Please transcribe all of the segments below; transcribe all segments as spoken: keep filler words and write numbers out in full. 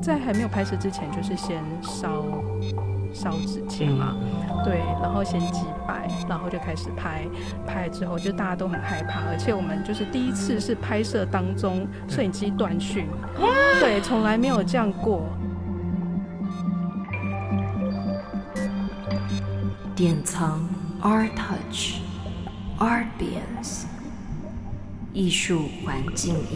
在还没有拍摄之前，就是先烧烧纸钱嘛，嗯、对，然后先祭拜，然后就开始拍，拍之后就大家都很害怕，而且我们就是第一次是拍摄当中摄影机断讯，对，从来没有这样过。 典藏 Art Touch Artbience 艺术环境音。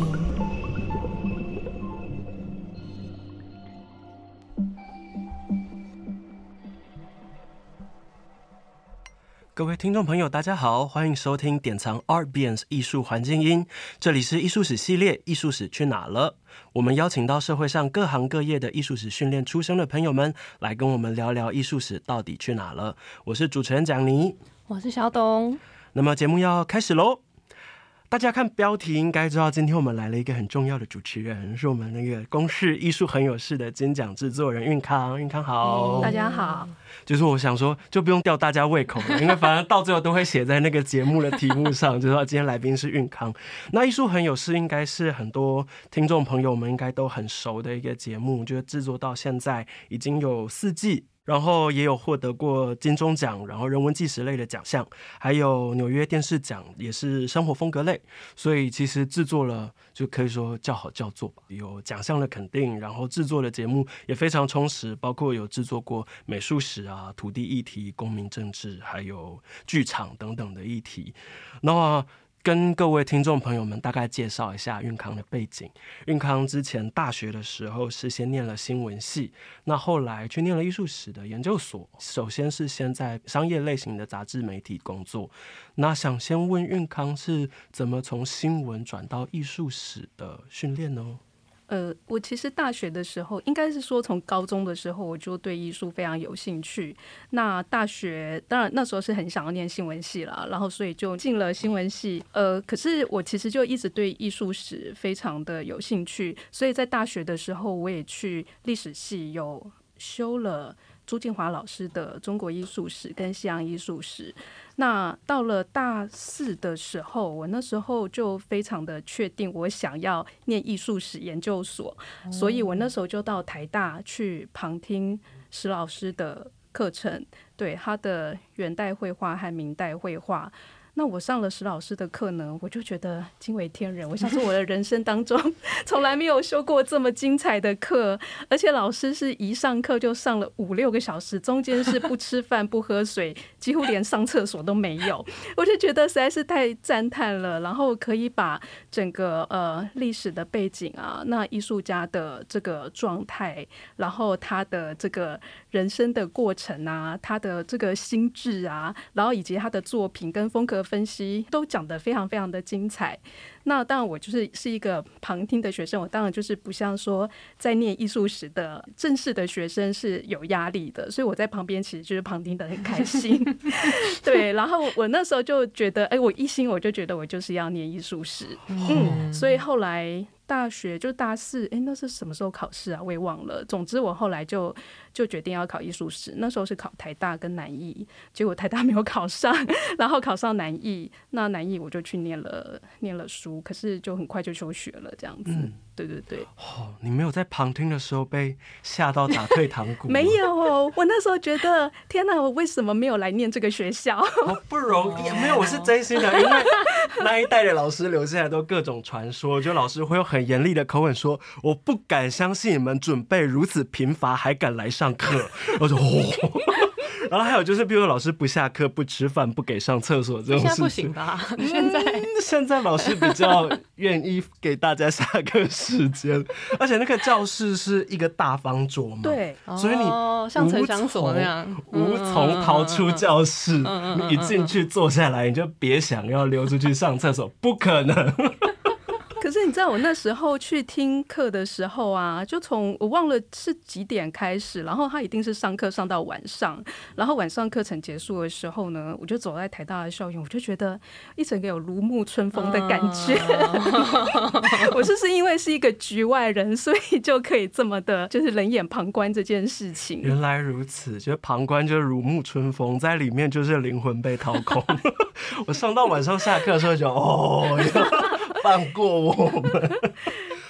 各位听众朋友大家好，欢迎收听典藏 Artbience 艺术环境音，这里是艺术史系列艺术史去哪了，我们邀请到社会上各行各业的艺术史训练出身的朋友们来跟我们聊聊艺术史到底去哪了。我是主持人蒋妮， 我是小董。 那么节目要开始咯，大家看标题应该知道，今天我们来了一个很重要的主持人，是我们那个公视艺术很有事的金奖制作人运康。运康好。 大家好。 就是我想说就不用吊大家胃口了，因为反正到最后都会写在那个节目的题目上，就是说今天来宾是运康。那艺术很有事应该是很多听众朋友们应该都很熟的一个节目，就是制作到现在已经有四季，然后也有获得过金钟奖，然后人文纪实类的奖项，还有纽约电视奖，也是生活风格类，所以其实制作了就可以说叫好叫座吧，有奖项的肯定，然后制作的节目也非常充实，包括有制作过美术史啊、土地议题、公民政治，还有剧场等等的议题。那么跟各位听众朋友们大概介绍一下运康的背景。运康之前大学的时候是先念了新闻系，那后来去念了艺术史的研究所，首先是先在商业类型的杂志媒体工作。那想先问运康是怎么从新闻转到艺术史的训练呢？ 呃，我其实大学的时候，应该是说从高中的时候，我就对艺术非常有兴趣。那大学当然那时候是很想要念新闻系啦，然后所以就进了新闻系。呃，可是我其实就一直对艺术史非常的有兴趣，所以在大学的时候，我也去历史系有修了朱敬华老师的中国艺术史跟西洋艺术史。那到了大四的时候，我那时候就非常的确定我想要念艺术史研究所，所以我那时候就到台大去旁听史老师的课程，对他的元代绘画和明代绘画。那我上了史老师的课呢，我就觉得惊为天人，我想说我的人生当中从来没有修过这么精彩的课，而且老师是一上课就上了五六个小时，中间是不吃饭不喝水，几乎连上厕所都没有，我就觉得实在是太赞叹了，然后可以把整个呃历史的背景啊，那艺术家的这个状态，然后他的这个人生的过程啊，他的这个心智啊，然后以及他的作品跟风格分析都讲得非常非常的精彩。那当然我就是是一个旁听的学生，我当然就是不像说在念艺术史的正式的学生是有压力的，所以我在旁边其实就是旁听得很开心对，然后我那时候就觉得哎，我一心我就觉得我就是要念艺术史，嗯，所以后来大学就大四，哎，那是什么时候考试啊？我也忘了。总之我后来就就决定要考艺术史，那时候是考台大跟南艺，结果台大没有考上，然后考上南艺，那南艺我就去念了念了书，可是就很快就休学了，这样子。嗯，对对对。 哦，你没有在旁听的时候被吓到打退堂鼓？ 没有，我那时候觉得天哪，我为什么没有来念这个学校？ 好不容易，没有，我是真心的，因为那一代的老师留下来都各种传说，就老师会有很严厉的口吻说，我不敢相信你们准备如此贫乏还敢来上课。我说哦。然后还有就是比如说老师不下课不吃饭不给上厕所这种事情， 现在不行吧？现在、 嗯、现在老师比较愿意给大家下课时间，而且那个教室是一个大方桌嘛， 对， 所以你哦，像城乡所那样无从逃出教室，你一进去坐下来你就别想要溜出去上厕所，不可能。 可是你知道我那时候去听课的时候啊，就从我忘了是几点开始，然后他一定是上课上到晚上，然后晚上课程结束的时候呢，我就走在台大的校园，我就觉得一整个有如沐春风的感觉、uh... 我就是因为是一个局外人，所以就可以这么的就是冷眼旁观这件事情。 原来如此，就旁观就是如沐春风，在里面就是灵魂被掏空我上到晚上下课的时候就哦放过我们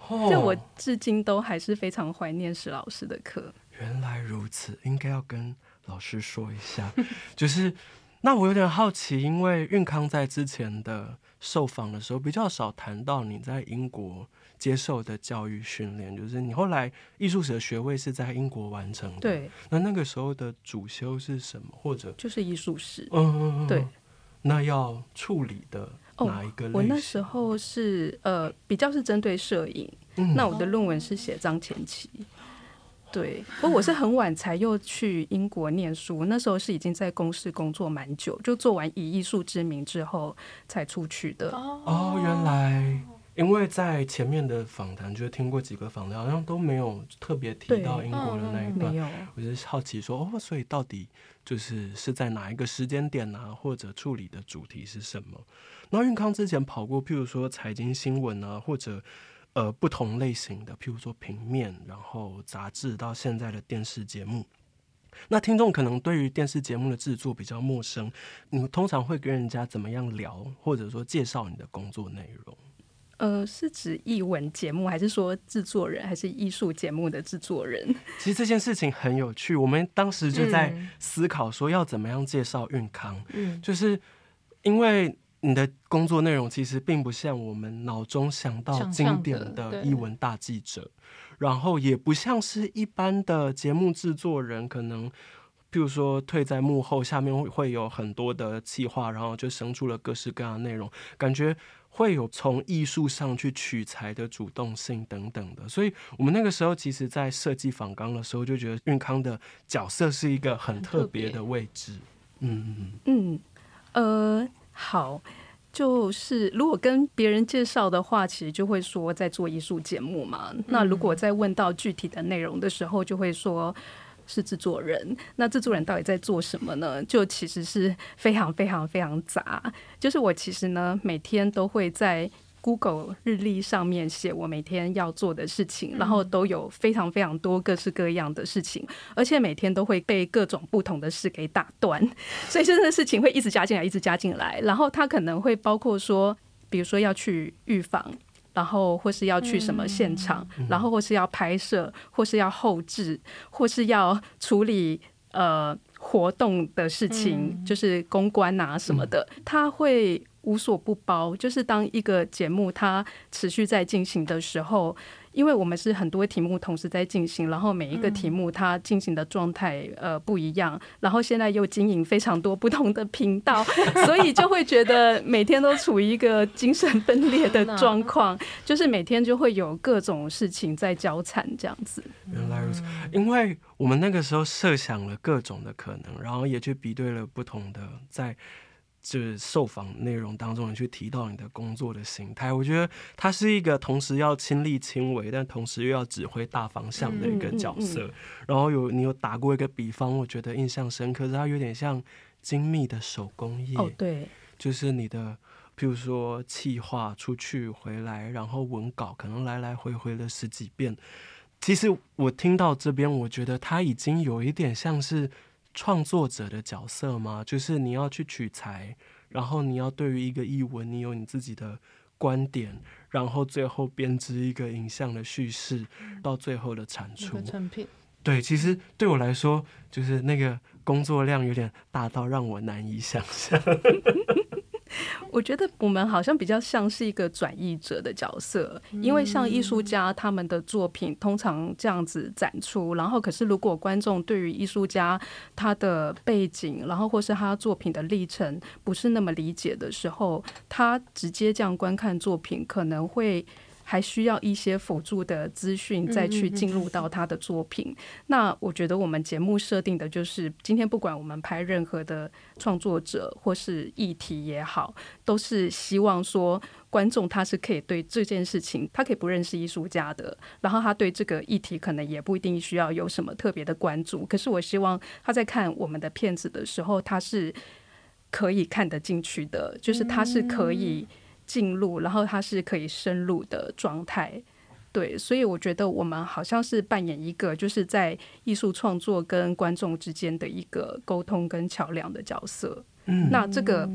就我至今都还是非常怀念史老师的课。 原来如此，应该要跟老师说一下。就是那我有点好奇，因为运康在之前的受访的时候比较少谈到你在英国接受的教育训练，就是你后来艺术史的学位是在英国完成的。 对， 那那个时候的主修是什么？或者就是艺术史。 嗯嗯嗯， 对。 那要处理的哪一个类型？ 哦、我那时候是呃比较是针对摄影、嗯，那我的论文是写张前期。对，不过我是很晚才又去英国念书，那时候是已经在公司工作蛮久，就做完以艺术之名之后才出去的。 哦，原来因为在前面的访谈，就是听过几个访谈，好像都没有特别提到英国的那一段。 嗯、 我就是好奇说，哦，所以到底就是是在哪一个时间点啊，或者处理的主题是什么？然后运康之前跑过，譬如说财经新闻啊，或者呃不同类型的，譬如说平面，然后杂志，到现在的电视节目。那听众可能对于电视节目的制作比较陌生，你们通常会跟人家怎么样聊，或者说介绍你的工作内容？ 呃，是指艺文节目，还是说制作人，还是艺术节目的制作人？ 其实这件事情很有趣，我们当时就在思考说要怎么样介绍运康，嗯，就是因为你的工作内容其实并不像我们脑中想到经典的艺文大记者，然后也不像是一般的节目制作人，可能譬如说退在幕后，下面会有很多的企划，然后就生出了各式各样的内容，感觉会有从艺术上去取材的主动性等等的。所以我们那个时候其实在设计访纲的时候就觉得运康的角色是一个很特别的位置。嗯嗯呃好，就是如果跟别人介绍的话，其实就会说在做艺术节目嘛，嗯，那如果在问到具体的内容的时候，就会说是制作人。那制作人到底在做什么呢？就其实是非常非常非常杂。就是我其实呢每天都会在 Google 日历上面写我每天要做的事情，然后都有非常非常多各式各样的事情，而且每天都会被各种不同的事给打断，所以这个事情会一直加进来一直加进来。然后它可能会包括说比如说要去预防，然后或是要去什么现场，嗯，然后或是要拍摄，或是要后制，或是要处理呃活动的事情，嗯，就是公关啊什么的，它会无所不包。就是当一个节目它持续在进行的时候，因为我们是很多题目同时在进行，然后每一个题目它进行的状态呃不一样，然后现在又经营非常多不同的频道，所以就会觉得每天都处于一个精神分裂的状况，就是每天就会有各种事情在交缠这样子。 原来如此，因为我们那个时候设想了各种的可能，然后也去比对了不同的在就是受访内容当中，你去提到你的工作的形态，我觉得它是一个同时要亲力亲为，但同时又要指挥大方向的一个角色。嗯嗯嗯，然后有你有打过一个比方，我觉得印象深刻，是它有点像精密的手工业。 哦，对， 就是你的，譬如说企划出去回来，然后文稿可能来来回回了十几遍。其实我听到这边，我觉得它已经有一点像是创作者的角色吗？就是你要去取材，然后你要对于一个艺文你有你自己的观点，然后最后编织一个影像的叙事，到最后的产出成品。 对，其实对我来说就是那个工作量有点大到让我难以想象。 我觉得我们好像比较像是一个转译者的角色，因为像艺术家他们的作品通常这样子展出，然后可是如果观众对于艺术家他的背景，然后或是他作品的历程不是那么理解的时候，他直接这样观看作品可能会还需要一些辅助的资讯再去进入到他的作品。嗯嗯嗯，那我觉得我们节目设定的就是今天不管我们拍任何的创作者或是议题也好，都是希望说观众他是可以对这件事情他可以不认识艺术家的，然后他对这个议题可能也不一定需要有什么特别的关注，可是我希望他在看我们的片子的时候他是可以看得进去的，就是他是可以进入，然后它是可以深入的状态。对，所以我觉得我们好像是扮演一个就是在艺术创作跟观众之间的一个沟通跟桥梁的角色。嗯，那这个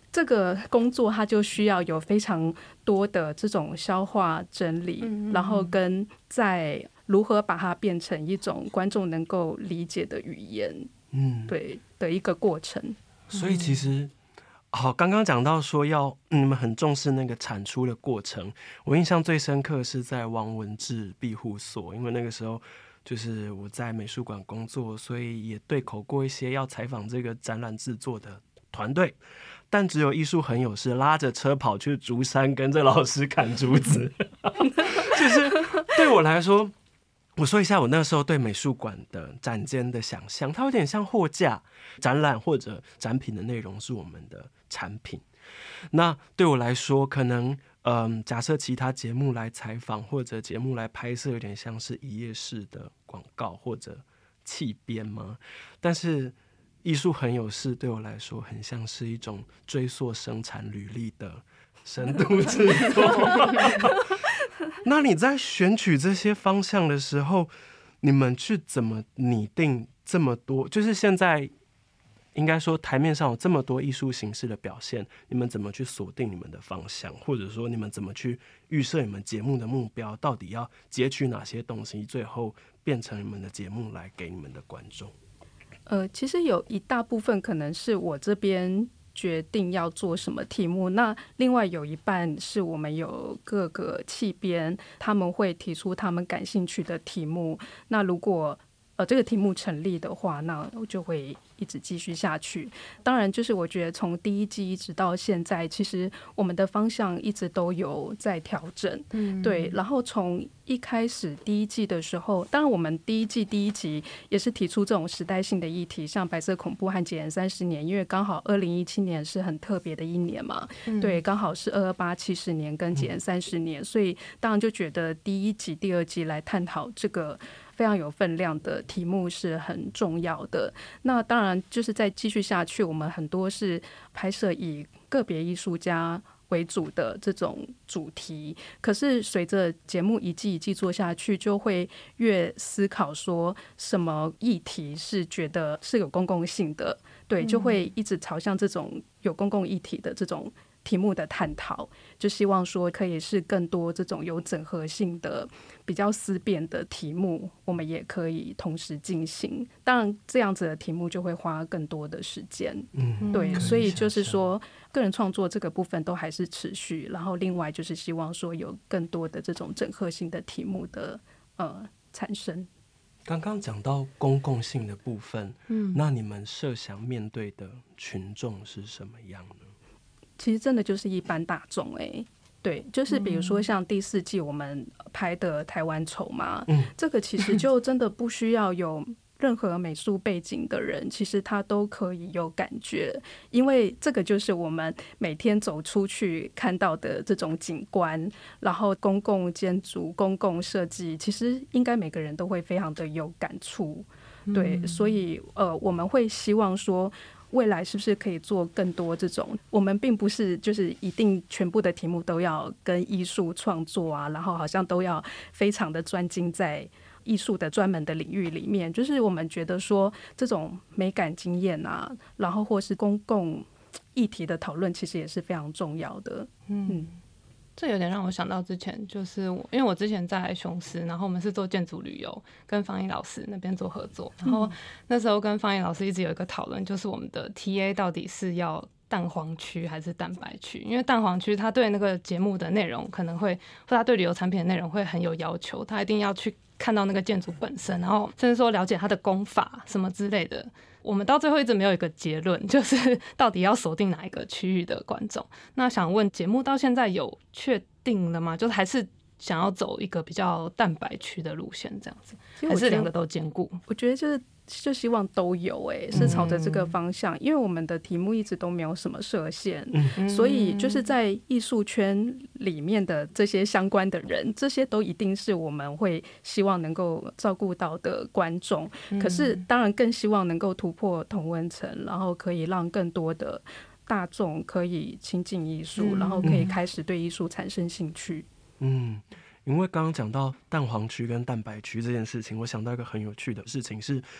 这个工作它就需要有非常多的这种消化整理，嗯嗯嗯然后跟在如何把它变成一种观众能够理解的语言，嗯，对的一个过程。 所以其实好，刚刚讲到说要你们很重视那个产出的过程，我印象最深刻是在王文志庇护所，因为那个时候就是我在美术馆工作，所以也对口过一些要采访这个展览制作的团队，但只有艺术很有事拉着车跑去竹山跟着老师砍竹子就是对我来说，我说一下我那时候对美术馆的展间的想象，它有点像货架，展览或者展品的内容是我们的产品。那对我来说，可能嗯，假设其他节目来采访或者节目来拍摄，有点像是一页式的广告或者企编吗？但是艺术很有事对我来说，很像是一种追溯生产履历的深度制作。那你在选取这些方向的时候，你们去怎么拟定这么多？就是现在应该说台面上有这么多艺术形式的表现，你们怎么去锁定你们的方向，或者说你们怎么去预设你们节目的目标，到底要截取哪些东西，最后变成你们的节目来给你们的观众？ 呃，其实有一大部分可能是我这边决定要做什么题目，那另外有一半是我们有各个企编，他们会提出他们感兴趣的题目，那如果呃这个题目成立的话，那我就会一直继续下去。当然就是我觉得从第一季一直到现在，其实我们的方向一直都有在调整，嗯，对。然后从一开始第一季的时候，当然我们第一季第一集也是提出这种时代性的议题，像白色恐怖和解严三十年，因为刚好二零一七年是很特别的一年嘛，嗯，对，刚好是二二八七十年跟解严三十年，所以当然就觉得第一集第二集来探讨这个非常有分量的题目是很重要的。那当然就是再继续下去，我们很多是拍摄以个别艺术家为主的这种主题，可是随着节目一季一季做下去，就会越思考说什么议题是觉得是有公共性的，对，就会一直朝向这种有公共议题的这种题目的探讨，就希望说可以是更多这种有整合性的比较思辨的题目，我们也可以同时进行。当然这样子的题目就会花更多的时间，嗯，对，所以就是说个人创作这个部分都还是持续，然后另外就是希望说有更多的这种整合性的题目的呃产生。 刚刚讲到公共性的部分，嗯，那你们设想面对的群众是什么样呢？ 其实真的就是一般大众，哎、欸，对，就是比如说像第四季我们拍的台湾丑嘛，嗯，这个其实就真的不需要有任何美术背景的人，其实他都可以有感觉，因为这个就是我们每天走出去看到的这种景观，然后公共建筑、公共设计，其实应该每个人都会非常的有感触，对，嗯、所以呃，我们会希望说，未来是不是可以做更多这种，我们并不是就是一定全部的题目都要跟艺术创作啊，然后好像都要非常的专精在艺术的专门的领域里面，就是我们觉得说这种美感经验啊，然后或是公共议题的讨论其实也是非常重要的。嗯，嗯这有点让我想到之前就是我因为我之前在雄狮，然后我们是做建筑旅游，跟方毅老师那边做合作，然后那时候跟方毅老师一直有一个讨论，就是我们的 T A 到底是要蛋黄区还是蛋白区，因为蛋黄区他对那个节目的内容可能会或他对旅游产品的内容会很有要求，他一定要去看到那个建筑本身，然后甚至说了解它的工法什么之类的。我们到最后一直没有一个结论，就是到底要锁定哪一个区域的观众。那想问节目到现在有确定了吗？就是还是想要走一个比较蛋白区的路线这样子，还是两个都兼顾？ 我觉得就是就希望都有、欸，哎，是朝着这个方向、嗯，因为我们的题目一直都没有什么设限、嗯，所以就是在艺术圈里面的这些相关的人，这些都一定是我们会希望能够照顾到的观众。嗯、可是当然更希望能够突破同温层，然后可以让更多的大众可以亲近艺术、嗯，然后可以开始对艺术产生兴趣。嗯。 因为刚刚讲到蛋黄区跟蛋白区这件事情，我想到一个很有趣的事情是，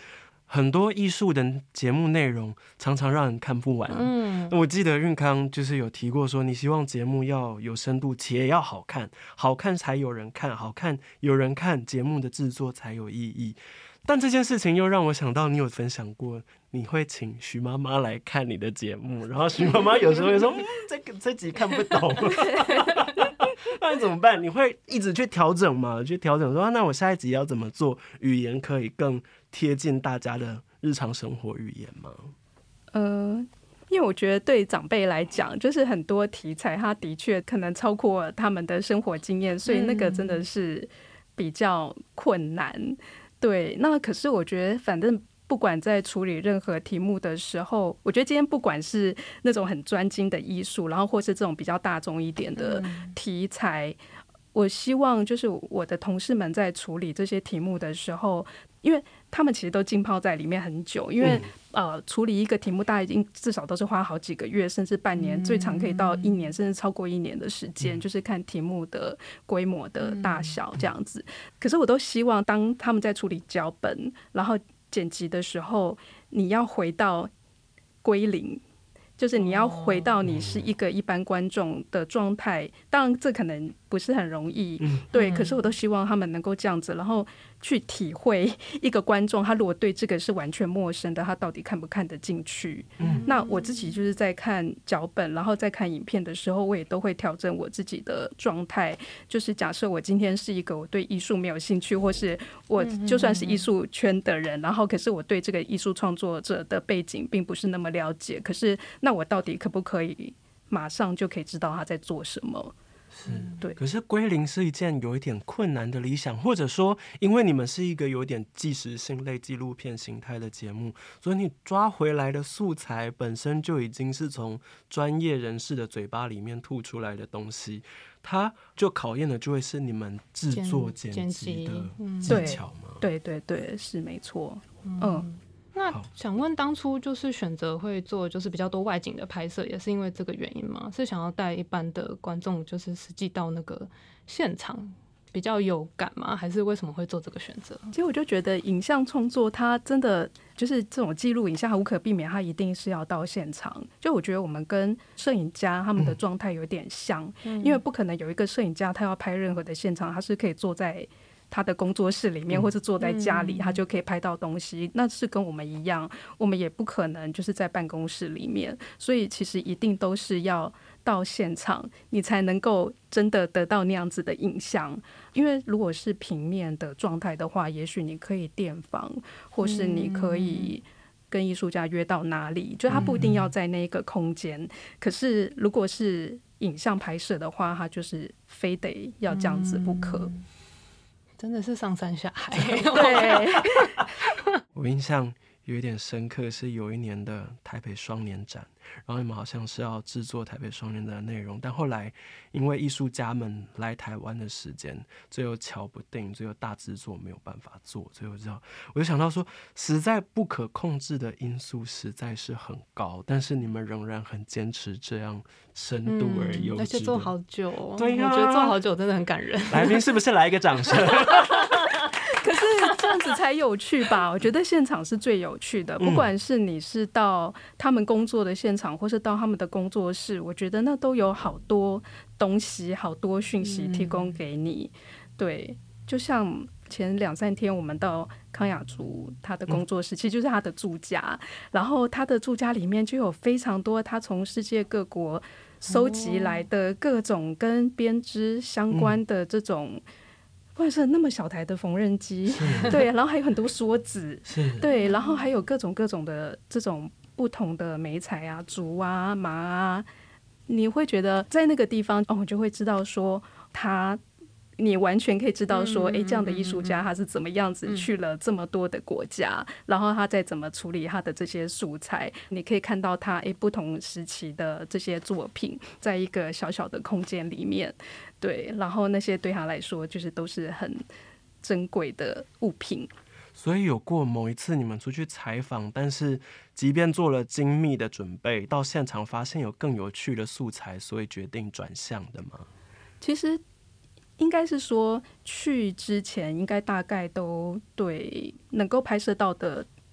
很多艺术的节目内容常常让人看不完。嗯，我记得运康就是有提过说，你希望节目要有深度，且要好看，好看才有人看，好看有人看，节目的制作才有意义。但这件事情又让我想到，你有分享过你会请徐妈妈来看你的节目，然后徐妈妈有时候会说，嗯，这个这集看不懂。那你怎么办？你会一直去调整吗？去调整说，那我下一集要怎么做，语言可以更贴近大家的日常生活语言吗？ 呃，因为我觉得对长辈来讲，就是很多题材，它的确可能超过他们的生活经验，所以那个真的是比较困难。嗯、对，那可是我觉得，反正不管在处理任何题目的时候，我觉得今天不管是那种很专精的艺术，然后或是这种比较大众一点的题材，嗯、我希望就是我的同事们在处理这些题目的时候，因为他们其实都浸泡在里面很久，因为、嗯、呃，处理一个题目大概已经至少都是花好几个月，甚至半年，嗯、最长可以到一年，甚至超过一年的时间，嗯、就是看题目的规模的大小这样子。嗯、可是我都希望当他们在处理脚本，然后剪辑的时候，你要回到归零，就是你要回到你是一个一般观众的状态。当然这可能不是很容易，嗯、对，可是我都希望他们能够这样子，然后去体会一个观众他如果对这个是完全陌生的，他到底看不看得进去。嗯、那我自己就是在看脚本然后在看影片的时候，我也都会调整我自己的状态，就是假设我今天是一个我对艺术没有兴趣，或是我就算是艺术圈的人，然后可是我对这个艺术创作者的背景并不是那么了解，可是那我到底可不可以马上就可以知道他在做什么？ 是，对。可是归零是一件有一点困难的理想，或者说，因为你们是一个有点纪实性类纪录片形态的节目，所以你抓回来的素材本身就已经是从专业人士的嘴巴里面吐出来的东西，它就考验的就会是你们制作剪辑的技巧吗？ 嗯、对对对对，是没错。嗯。嗯那想问，当初就是选择会做就是比较多外景的拍摄，也是因为这个原因吗？是想要带一般的观众就是实际到那个现场比较有感吗？还是为什么会做这个选择？ 其实我就觉得影像创作它真的就是这种记录影像，无可避免它一定是要到现场。就我觉得我们跟摄影家他们的状态有点像，嗯、因为不可能有一个摄影家他要拍任何的现场，他是可以坐在他的工作室里面，或是坐在家里，他就可以拍到东西。那是跟我们一样，我们也不可能就是在办公室里面，所以其实一定都是要到现场，你才能够真的得到那样子的影像。因为如果是平面的状态的话，也许你可以电访，或是你可以跟艺术家约到哪里，就他不一定要在那个空间。可是如果是影像拍摄的话，他就是非得要这样子不可。 真的是上山下海。 对， 我印象有一点深刻，是有一年的台北双年展，然后你们好像是要制作台北双年展的内容，但后来因为艺术家们来台湾的时间最后瞧不定，最后大制作没有办法做，所以我知道，我就想到说，实在不可控制的因素实在是很高，但是你们仍然很坚持这样深度而优质的、嗯、 而且做好久、哦， 对呀、啊， 我觉得做好久真的很感人。 来宾是不是来一个掌声？ 可是这样子才有趣吧？我觉得现场是最有趣的，不管是你是到他们工作的现场，或是到他们的工作室，我觉得那都有好多东西、好多讯息提供给你。对，就像前两三天我们到康雅竹他的工作室，其实就是他的住家，然后他的住家里面就有非常多他从世界各国收集来的各种跟编织相关的这种。或者是那么小台的缝纫机，对，然后还有很多梭子，对，然后还有各种各种的这种不同的媒材啊，竹啊、麻啊，你会觉得在那个地方，哦，我就会知道说他，你完全可以知道说，哎、嗯，这样的艺术家他是怎么样子去了这么多的国家，嗯、然后他再怎么处理他的这些素材，你可以看到他哎不同时期的这些作品，在一个小小的空间里面。对，然后那些对他来说就是都是很珍贵的物品。 所以有过某一次你们出去采访，但是即便做了精密的准备，到现场发现有更有趣的素材，所以决定转向的吗？ 其实应该是说去之前应该大概都对能够拍摄到的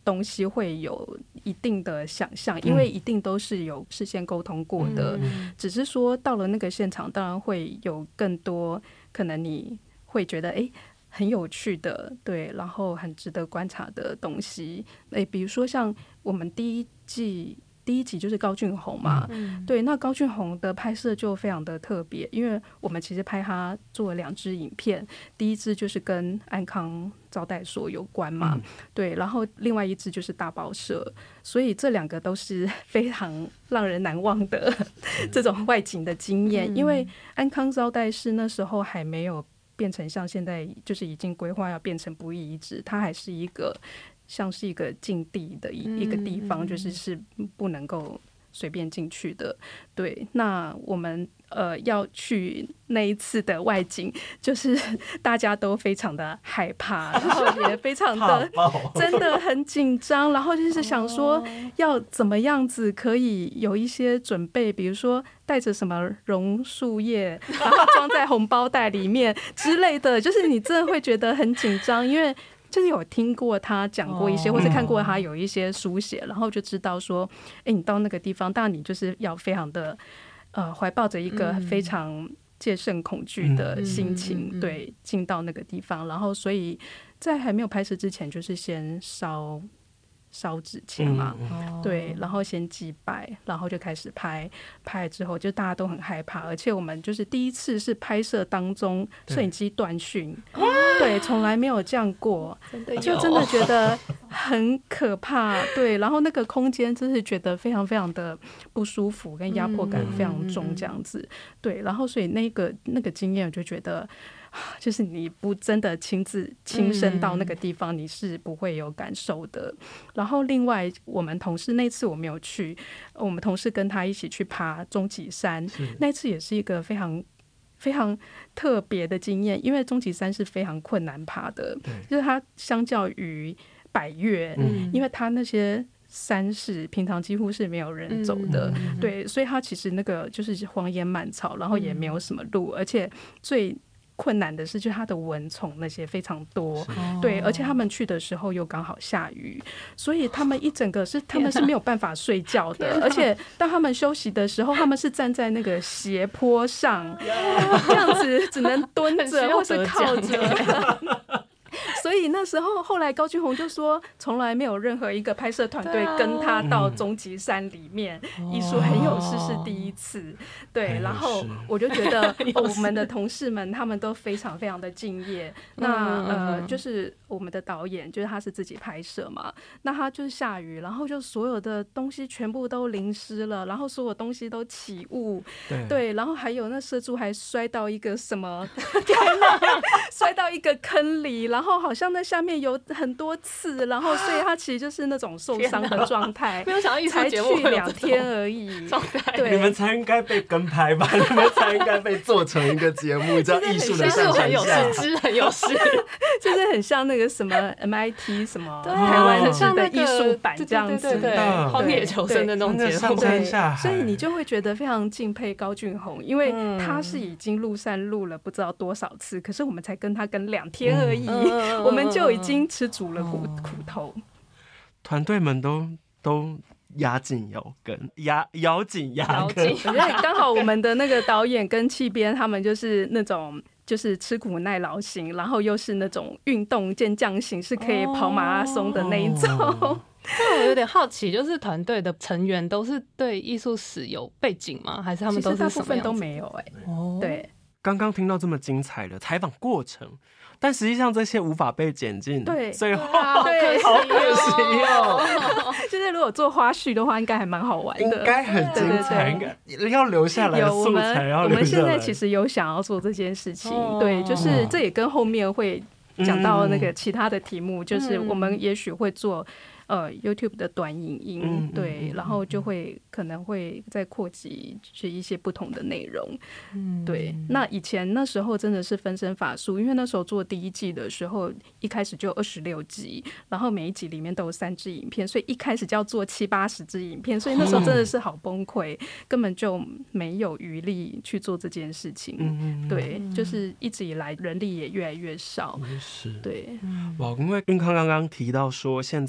东西会有一定的想象，因为一定都是有事先沟通过的，嗯、只是说到了那个现场，当然会有更多可能你会觉得哎。诶很有趣的，对，然后很值得观察的东西，诶，比如说像我们第一季第一集就是高俊宏嘛，嗯、对，那高俊宏的拍摄就非常的特别，因为我们其实拍他做了两支影片，第一支就是跟安康招待所有关嘛，嗯、对，然后另外一支就是大报社，所以这两个都是非常让人难忘的这种外景的经验，嗯、因为安康招待室那时候还没有变成像现在就是已经规划要变成不义遗址，它还是一个像是一个禁地的一一个地方，就是是不能够随便进去的。对，那我们呃要去那一次的外景，就是大家都非常的害怕，然后也非常的真的很紧张，然后就是想说要怎么样子可以有一些准备，比如说带着什么榕树叶，然后装在红包袋里面之类的，就是你真的会觉得很紧张，因为就是有听过他讲过一些，或是看过他有一些书写，然后就知道说，哎，你到那个地方，当然你就是要非常的呃怀抱着一个非常戒慎恐惧的心情，对，进到那个地方，然后所以在还没有拍摄之前，就是先烧。烧纸钱嘛，嗯、对，然后先祭拜，然后就开始拍，拍之后就大家都很害怕，而且我们就是第一次是拍摄当中摄影机断讯，对，从来没有这样过，就真的觉得很可怕，对，然后那个空间真是觉得非常非常的不舒服，跟压迫感非常重这样子，对，然后所以那个那个经验我就觉得。就是你不真的亲自亲身到那个地方，你是不会有感受的。然后另外，我们同事那次我没有去，我们同事跟他一起去爬终极山，那次也是一个非常非常特别的经验，因为终极山是非常困难爬的，就是它相较于百岳，嗯、因为它那些。山是平常几乎是没有人走的，嗯、对，所以它其实那个就是荒烟蔓草，然后也没有什么路，而且最困难的是，就是它的蚊虫那些非常多，对，而且他们去的时候又刚好下雨，所以他们一整个是他们是没有办法睡觉的，而且当他们休息的时候，他们是站在那个斜坡上，这样子只能蹲着或是靠着。所以那时候，后来高俊宏就说，从来没有任何一个拍摄团队跟他到终极山里面，艺术很有事是第一次。对，然后我就觉得、哦、我们的同事们他们都非常非常的敬业。那呃，就是我们的导演，就是他是自己拍摄嘛，那他就是下雨，然后就所有的东西全部都淋湿了，然后所有东西都起雾，对，对，然后还有那摄助还摔到一个什么，摔到一个坑里，然后好像那下面有很多刺，然后所以他其实就是那种受伤的状态， 没有想到艺术节目才去两天而已， 对，你们才应该被跟拍吧，你们才应该被做成一个节目，叫艺术的上传下， 很有很有事， 就是很像那个什么 M I T 什么台湾的艺术版这样子， 对对对，荒野求生的那种节目， 对，所以你就会觉得非常敬佩高俊宏，因为他是已经入山录了不知道多少次，可是我们才跟他跟两天而已，嗯、我们就已经吃足了苦、嗯、苦头。 团队们都都压紧腰根，压咬紧牙根。 我觉得刚好我们的那个导演跟气编他们就是那种。就是吃苦耐劳型，然后又是那种运动健将型，是可以跑马拉松的那一种。 哦、但我有点好奇，就是团队的成员都是对艺术史有背景吗？还是他们都是什么样子？ 其实大部分都没有哎、欸。哦，对。 刚刚听到这么精彩的采访过程，但实际上这些无法被剪进， 对， 最后对， 好可惜哦。 就是如果做花絮的话，应该还蛮好玩的， 应该很精彩，应该要留下来的素材，要留下来。 我们现在其实有想要做这件事情，哦、对，就是这也跟后面会讲到那个其他的题目，嗯、就是我们也许会做。呃 YouTube 的短影音，嗯、对，嗯、然后就会可能会再扩及是一些不同的内容，嗯，对。那以前那时候真的是分身乏术，因为那时候做第一季的时候，一开始就二十六集，然后每一集里面都有三支影片，所以一开始就要做七八十支影片，所以那时候真的是好崩溃，嗯、根本就没有余力去做这件事情。嗯、对，就是一直以来人力也越来越少。 是， 对。 哇，因为运康刚刚提到说，现在很多。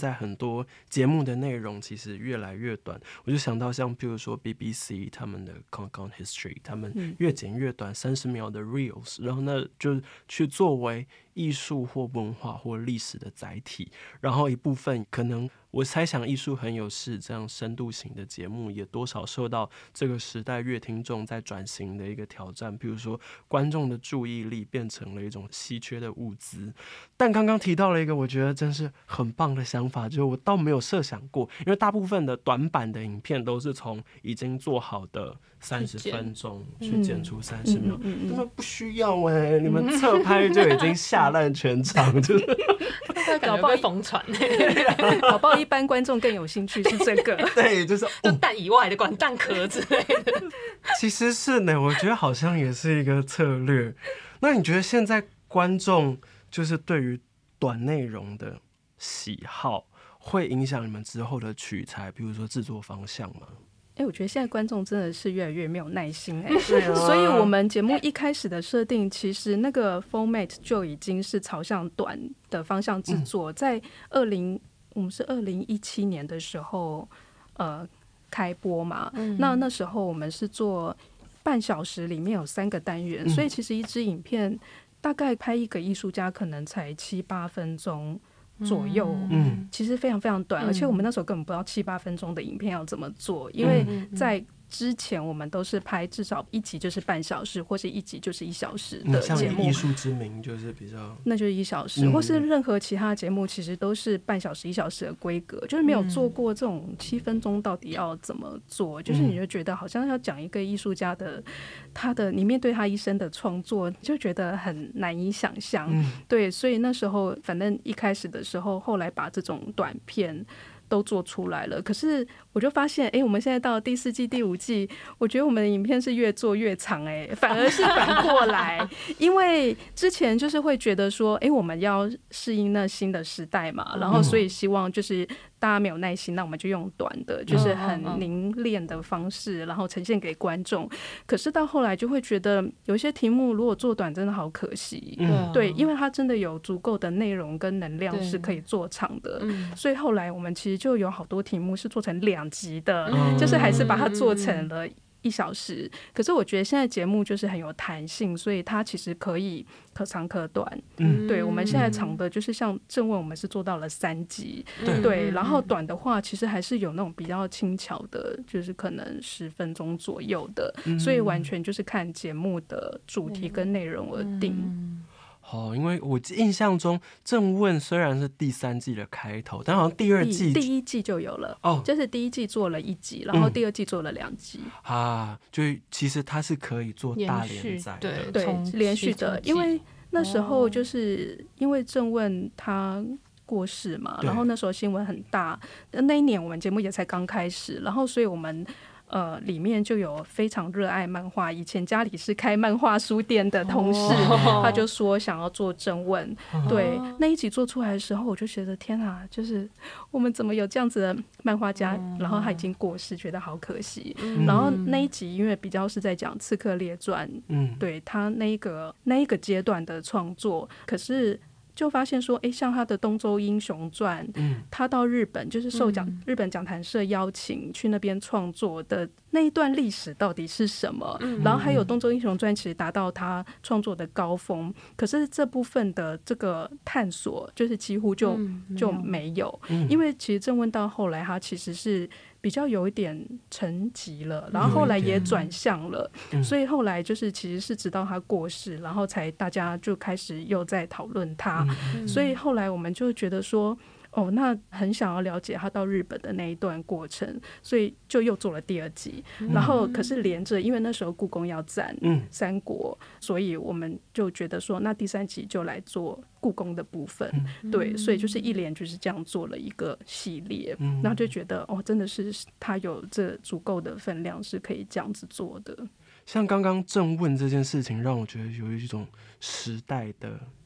多节目的内容其实越来越短。我就想到像譬如说 B B C 他们的 Countdown History， 他们越剪越短，三十秒的 Reels， 然后那就去作为艺术或文化或历史的载体，然后一部分可能我猜想艺术很有事这样深度型的节目也多少受到这个时代乐听众在转型的一个挑战，比如说观众的注意力变成了一种稀缺的物资。但刚刚提到了一个我觉得真是很棒的想法，就是我倒没有设想过，因为大部分的短版的影片都是从已经做好的三十分钟去剪出三十秒，你们不需要哎、欸，你们侧拍就已经吓烂全场，就是搞不好疯传， 搞不好一般观众更有兴趣是这个， 对，就是就蛋以外的管蛋壳之类的。 其实是呢，我觉得好像也是一个策略。那你觉得现在观众就是对于短内容的喜好，会影响你们之后的取材，比如说制作方向吗？ 哎、欸，我觉得现在观众真的是越来越没有耐心哎、欸，啊、所以我们节目一开始的设定，其实那个 format 就已经是朝向短的方向制作。嗯、在二零，我们是二零一七年的时候，呃，开播嘛。嗯、那那时候我们是做半小时，里面有三个单元，嗯、所以其实一支影片大概拍一个艺术家可能才七八分钟。左右，嗯，其实非常非常短，嗯、而且我们那时候根本不知道七八分钟的影片要怎么做，因为在之前我们都是拍至少一集就是半小时，或是一集就是一小时的节目。 像艺术之名就是比较， 那就是一小时，嗯、或是任何其他节目，其实都是半小时、一小时的规格，就是没有做过这种七分钟到底要怎么做。嗯、就是你就觉得好像要讲一个艺术家的他的，你面对他一生的创作，就觉得很难以想象。嗯、对，所以那时候反正一开始的时候，后来把这种短片都做出来了，可是我就发现，哎、欸，我们现在到第四季、第五季，我觉得我们的影片是越做越长、欸，哎，反而是反过来，因为之前就是会觉得说，哎、欸，我们要适应那新的时代嘛，然后所以希望就是大家没有耐心，那我们就用短的，就是很凝练的方式，然后呈现给观众。可是到后来就会觉得，有一些题目如果做短，真的好可惜，嗯、对，因为它真的有足够的内容跟能量是可以做长的，所以后来我们其实就有好多题目是做成两集的，嗯、就是还是把它做成了一小时。可是我觉得现在节目就是很有弹性，所以它其实可以可长可短。嗯、对，我们现在长的就是像正问，我们是做到了三集，嗯、对，然后短的话其实还是有那种比较轻巧的，就是可能十分钟左右的，嗯、所以完全就是看节目的主题跟内容而定。嗯哦，因为我印象中正问虽然是第三季的开头，但好像第二季第一季就有了哦，就是第一季做了一集，然后第二季做了两集、 嗯、啊，就其实它是可以做大连载的， 对对，连续的，因为那时候就是因为正问他过世嘛，然后那时候新闻很大，那一年我们节目也才刚开始，然后所以我们。呃，里面就有非常热爱漫画，以前家里是开漫画书店的同事，哦、他就说想要做正问，哦、对，那一集做出来的时候，我就觉得天啊，就是我们怎么有这样子的漫画家，嗯、然后他已经过世，觉得好可惜。嗯、然后那一集因为比较是在讲《刺客列传》，嗯，对他那一个那一个阶段的创作，可是。就发现说，哎，像他的《东周英雄传》，嗯，他到日本就是受讲、嗯、日本讲谈社邀请去那边创作的那一段历史到底是什么？嗯、然后还有《东周英雄传》其实达到他创作的高峰，可是这部分的这个探索就是几乎就、嗯、就没有，嗯、因为其实正问到后来，他其实是。比较有一点沉寂了，然后后来也转向了，所以后来就是其实是直到他过世，然后才大家就开始又在讨论他，嗯、所以后来我们就觉得说。哦，那很想要了解他到日本的那一段过程，所以就又做了第二集。嗯、然后可是连着，因为那时候故宫要展三国，嗯、所以我们就觉得说，那第三集就来做故宫的部分。嗯、对，所以就是一连就是这样做了一个系列，嗯、然后就觉得哦，真的是他有这足够的分量是可以这样子做的。 像刚刚正问这件事情，让我觉得有一种时代的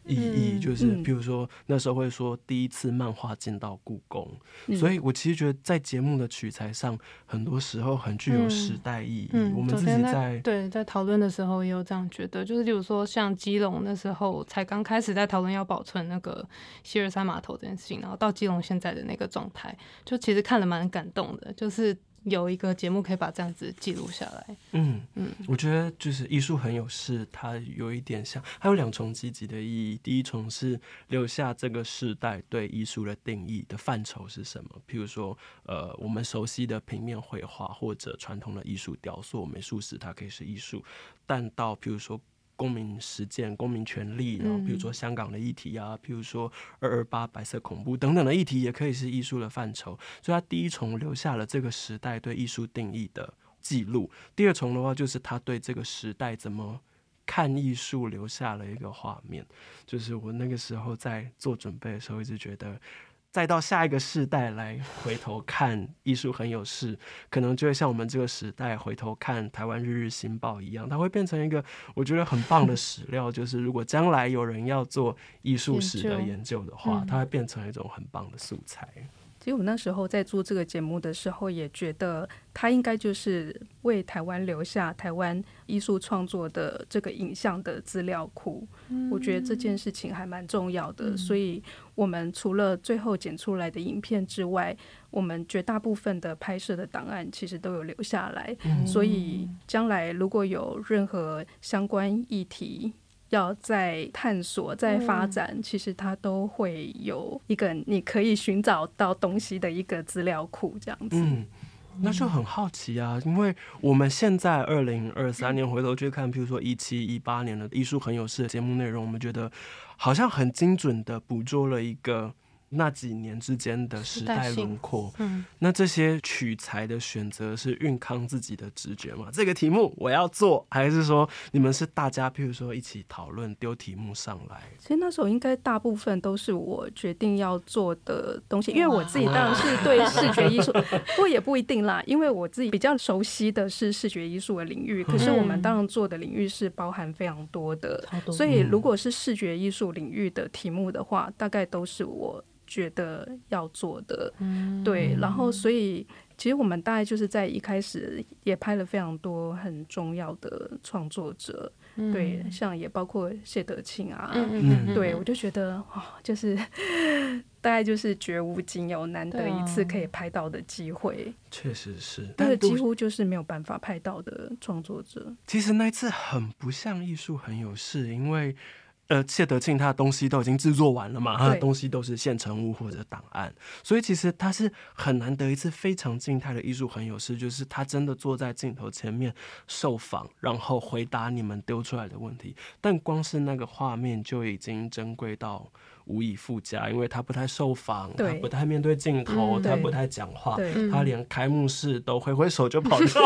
意义， 嗯就是比如说那时候会说第一次漫画进到故宫， 嗯所以我其实觉得在节目的取材上，很多时候很具有时代意义。 嗯， 我们自己昨天在对在讨论的时候也有这样觉得，就是例如说像基隆那时候才刚开始在讨论要保存那个希尔山码头这件事情，然后到基隆现在的那个状态，就其实看了蛮感动的，就是有一个节目可以把这样子记录下来。 嗯嗯，我觉得就是艺术很有事，它有一点像，它有两重积极的意义。第一重是留下这个世代对艺术的定义的范畴是什么，譬如说，呃，我们熟悉的平面绘画或者传统的艺术雕塑、美术史，它可以是艺术，但到譬如说公民实践、公民权利，然后比如说香港的议题啊，譬如说二二八白色恐怖等等的议题，也可以是艺术的范畴。所以它第一重留下了这个时代对艺术定义的记录，第二重的话就是他对这个时代怎么看艺术留下了一个画面。就是我那个时候在做准备的时候，一直觉得再到下一个世代来回头看艺术很有事，可能就会像我们这个时代回头看台湾日日新报一样，它会变成一个我觉得很棒的史料。就是如果将来有人要做艺术史的研究的话，它会变成一种很棒的素材。 其实我那时候在做这个节目的时候，也觉得它应该就是为台湾留下台湾艺术创作的这个影像的资料库。嗯、我觉得这件事情还蛮重要的、嗯，所以我们除了最后剪出来的影片之外，我们绝大部分的拍摄的档案其实都有留下来。嗯、所以将来如果有任何相关议题要再探索、再发展、嗯，其实它都会有一个你可以寻找到东西的一个资料库，这样子。嗯， 那就很好奇啊，因为我们现在二零二三年回头去看，譬如说一七、一八年的艺术很有事的节目内容，我们觉得好像很精准的捕捉了一个那几年之间的时代轮廓。嗯，那这些取材的选择是运康自己的直觉吗？这个题目我要做，还是说你们是大家譬如说一起讨论丢题目上来？ 其实那时候应该大部分都是我决定要做的东西，因为我自己当然是对视觉艺术，不过也不一定啦，因为我自己比较熟悉的是视觉艺术的领域，可是我们当然做的领域是包含非常多的，所以如果是视觉艺术领域的题目的话，大概都是我觉得要做的。嗯、对，然后所以其实我们大概就是在一开始也拍了非常多很重要的创作者，嗯、对，像也包括谢德庆啊，嗯、对，我就觉得哇、哦，就是大概就是绝无仅有，难得一次可以拍到的机会， 确实是， 但是几乎就是没有办法拍到的创作者。 其实那一次很不像艺术很有事，因为呃，谢德庆他的东西都已经制作完了嘛，他的东西都是现成物或者档案，所以其实他是很难得一次非常静态的艺术很有事，就是他真的坐在镜头前面受访，然后回答你们丢出来的问题。但光是那个画面就已经珍贵到无以复加，因为他不太受访，他不太面对镜头，嗯、他不太讲话，他连开幕式都挥挥手就跑掉。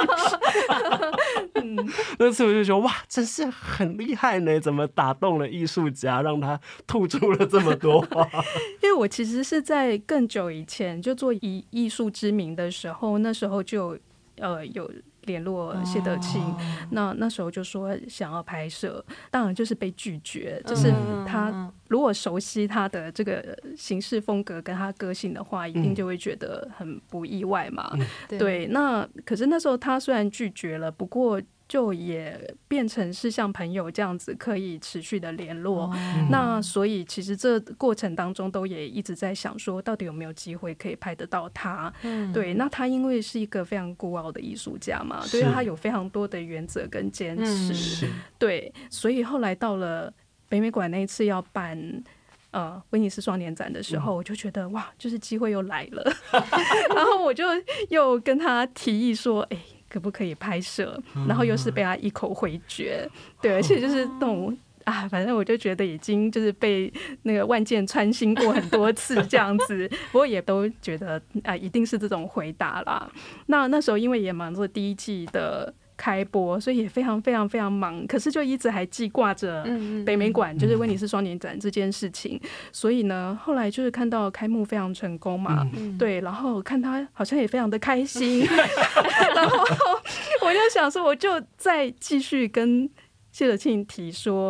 嗯、那次我就觉得哇，真是很厉害呢！怎么打动了艺术家，让他吐出了这么多话？ 因为我其实是在更久以前就做以艺术之名的时候，那时候就呃有联络谢德庆，哦、那那时候就说想要拍摄，当然就是被拒绝。就是他如果熟悉他的这个形式风格跟他个性的话，一定就会觉得很不意外嘛。嗯、对, 对，那可是那时候他虽然拒绝了，不过就也变成是像朋友这样子可以持续的联络。哦、那所以其实这过程当中都也一直在想说，到底有没有机会可以拍得到他。嗯、对，那他因为是一个非常孤傲的艺术家嘛，对，他有非常多的原则跟坚持。嗯、对，所以后来到了北美馆那一次要办呃威尼斯双年展的时候，嗯、我就觉得哇，就是机会又来了。然后我就又跟他提议说，哎、欸，可不可以拍摄？然后又是被他一口回绝。对，而且就是那种啊，反正我就觉得已经就是被那个万箭穿心过很多次这样子，不过也都觉得啊，一定是这种回答啦。那那时候因为也忙着第一季的开播，所以也非常非常非常忙，可是就一直还记挂着北美馆就是威尼斯双年展这件事情。所以呢，后来就是看到开幕非常成功嘛，嗯、对，然后看他好像也非常的开心，然后我就想说，我就再继续跟谢德庆提说，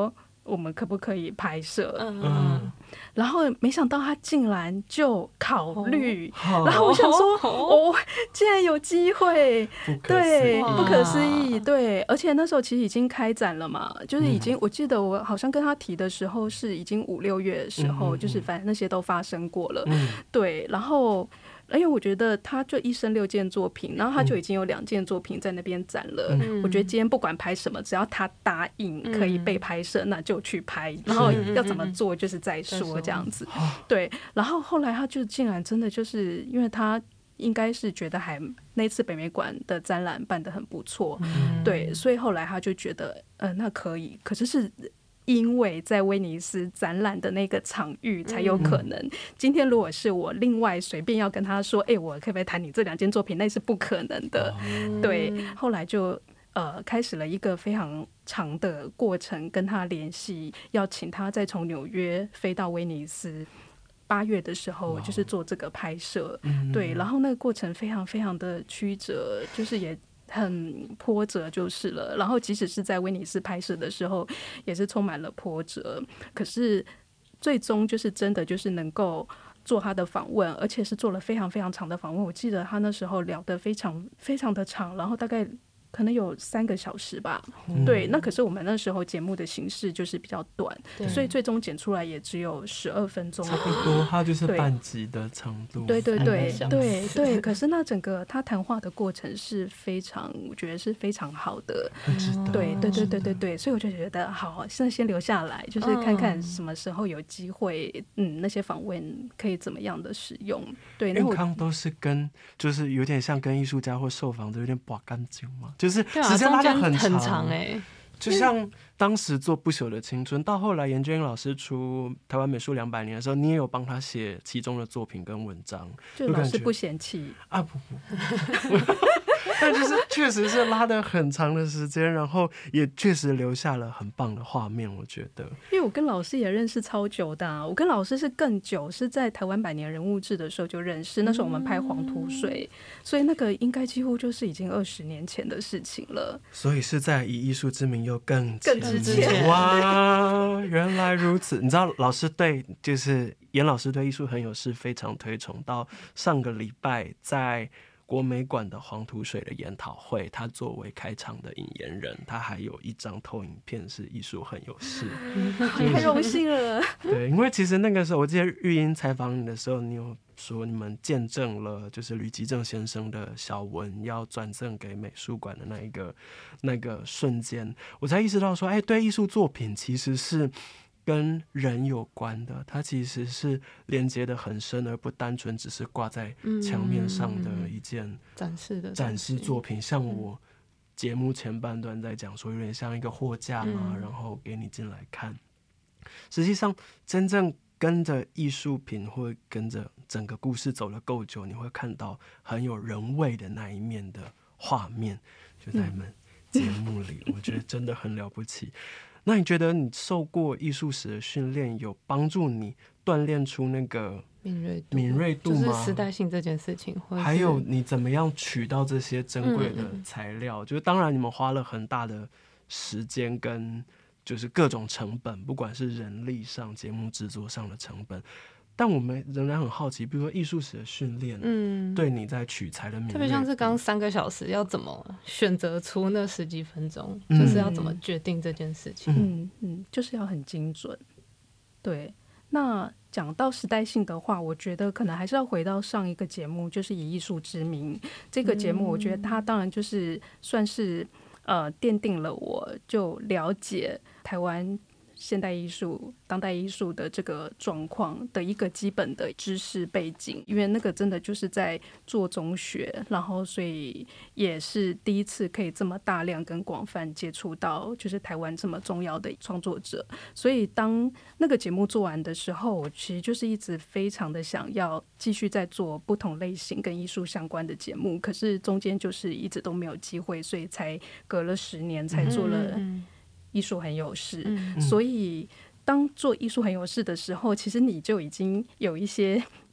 我们可不可以拍摄？ 嗯， 然后没想到他竟然就考虑， 哦、 然后我想说，哦，竟然有机会，对，不可思议，对，而且那时候其实已经开展了嘛，就是已经，嗯、我记得我好像跟他提的时候是已经五六月的时候，嗯、就是反正那些都发生过了，嗯、对，然后。因为我觉得他就一生六件作品，然后他就已经有两件作品在那边展了。嗯、我觉得今天不管拍什么，只要他答应可以被拍摄，嗯、那就去拍，然后要怎么做就是再说这样子。嗯、对，然后后来他就竟然真的就是因为他应该是觉得还那次北美馆的展览办得很不错，嗯、对，所以后来他就觉得呃那可以，可是是。因为在威尼斯展览的那个场域才有可能。嗯、今天如果是我另外随便要跟他说，哎、欸，我可不可以谈你这两件作品，那是不可能的。嗯、对，后来就呃开始了一个非常长的过程，跟他联系，要请他再从纽约飞到威尼斯。八月的时候就是做这个拍摄，嗯、对，然后那个过程非常非常的曲折，就是也。很波折就是了，然后即使是在威尼斯拍摄的时候也是充满了波折，可是最终就是真的就是能够做他的访问，而且是做了非常非常长的访问。我记得他那时候聊得非常非常的长，然后大概可能有三个小时吧，嗯、对，那可是我们那时候节目的形式就是比较短，所以最终剪出来也只有十二分钟， 差不多，它就是半集的长度。 对对对对对，可是那整个他谈话的过程是非常，我觉得是非常好的，对对对对对对，所以我就觉得好，现在先留下来，就是看看什么时候有机会，嗯，那些访问可以怎么样的使用。对， 运康都是跟就是有点像跟艺术家或受访者有点拔干净嘛。就是时间拉得很长， 很长欸， 就像当时做《不朽的青春》，到后来严娟老师出台湾美术两百年的时候，你也有帮他写其中的作品跟文章， 就老师不嫌弃啊，不不不。但就是确实是拉得很长的时间，然后也确实留下了很棒的画面，我觉得。 因为我跟老师也认识超久的、啊，我跟老师是更久，是在台湾百年人物志的时候就认识，那时候我们拍黄土水，所以那个应该几乎就是已经二十年前的事情了。 所以是在以艺术之名又更更之前。 哇，原来如此！你知道老师对就是严老师对艺术很有事，非常推崇。到上个礼拜在国美馆的黄土水的研讨会，他作为开场的引言人，他还有一张投影片是艺术很有事， 太荣幸了。 对，因为其实那个时候，我记得玉英采访你的时候，你有说你们见证了就是吕吉正先生的小文要转赠给美术馆的那一个那个瞬间，我才意识到说，哎，对，艺术作品其实是跟人有关的，它其实是连接的很深，而不单纯只是挂在墙面上的一件展示的展示作品。像我节目前半段在讲说，有点像一个货架嘛，嗯、然后给你进来看。实际上，真正跟着艺术品或跟着整个故事走了够久，你会看到很有人味的那一面的画面，就在你们节目里，嗯、我觉得真的很了不起。那你觉得你受过艺术史的训练，有帮助你锻炼出那个敏锐度敏锐度吗？ 就是时代性这件事情， 还有你怎么样取到这些珍贵的材料？嗯嗯就是当然你们花了很大的时间跟就是各种成本，不管是人力上、节目制作上的成本。但我们仍然很好奇，比如说艺术史的训练，嗯，对你在取材的敏锐度， 特别像是刚三个小时要怎么选择出那十几分钟，嗯、就是要怎么决定这件事情， 嗯嗯，就是要很精准。对，那讲到时代性的话，我觉得可能还是要回到上一个节目，就是以艺术之名这个节目，我觉得它当然就是算是呃奠定了我就了解台湾现代艺术、当代艺术的这个状况的一个基本的知识背景，因为那个真的就是在做中学，然后所以也是第一次可以这么大量跟广泛接触到就是台湾这么重要的创作者，所以当那个节目做完的时候，我其实就是一直非常的想要继续在做不同类型跟艺术相关的节目，可是中间就是一直都没有机会，所以才隔了十年才做了、嗯艺术很有事、嗯、所以当做艺术很有事的时候，其实你就已经有一些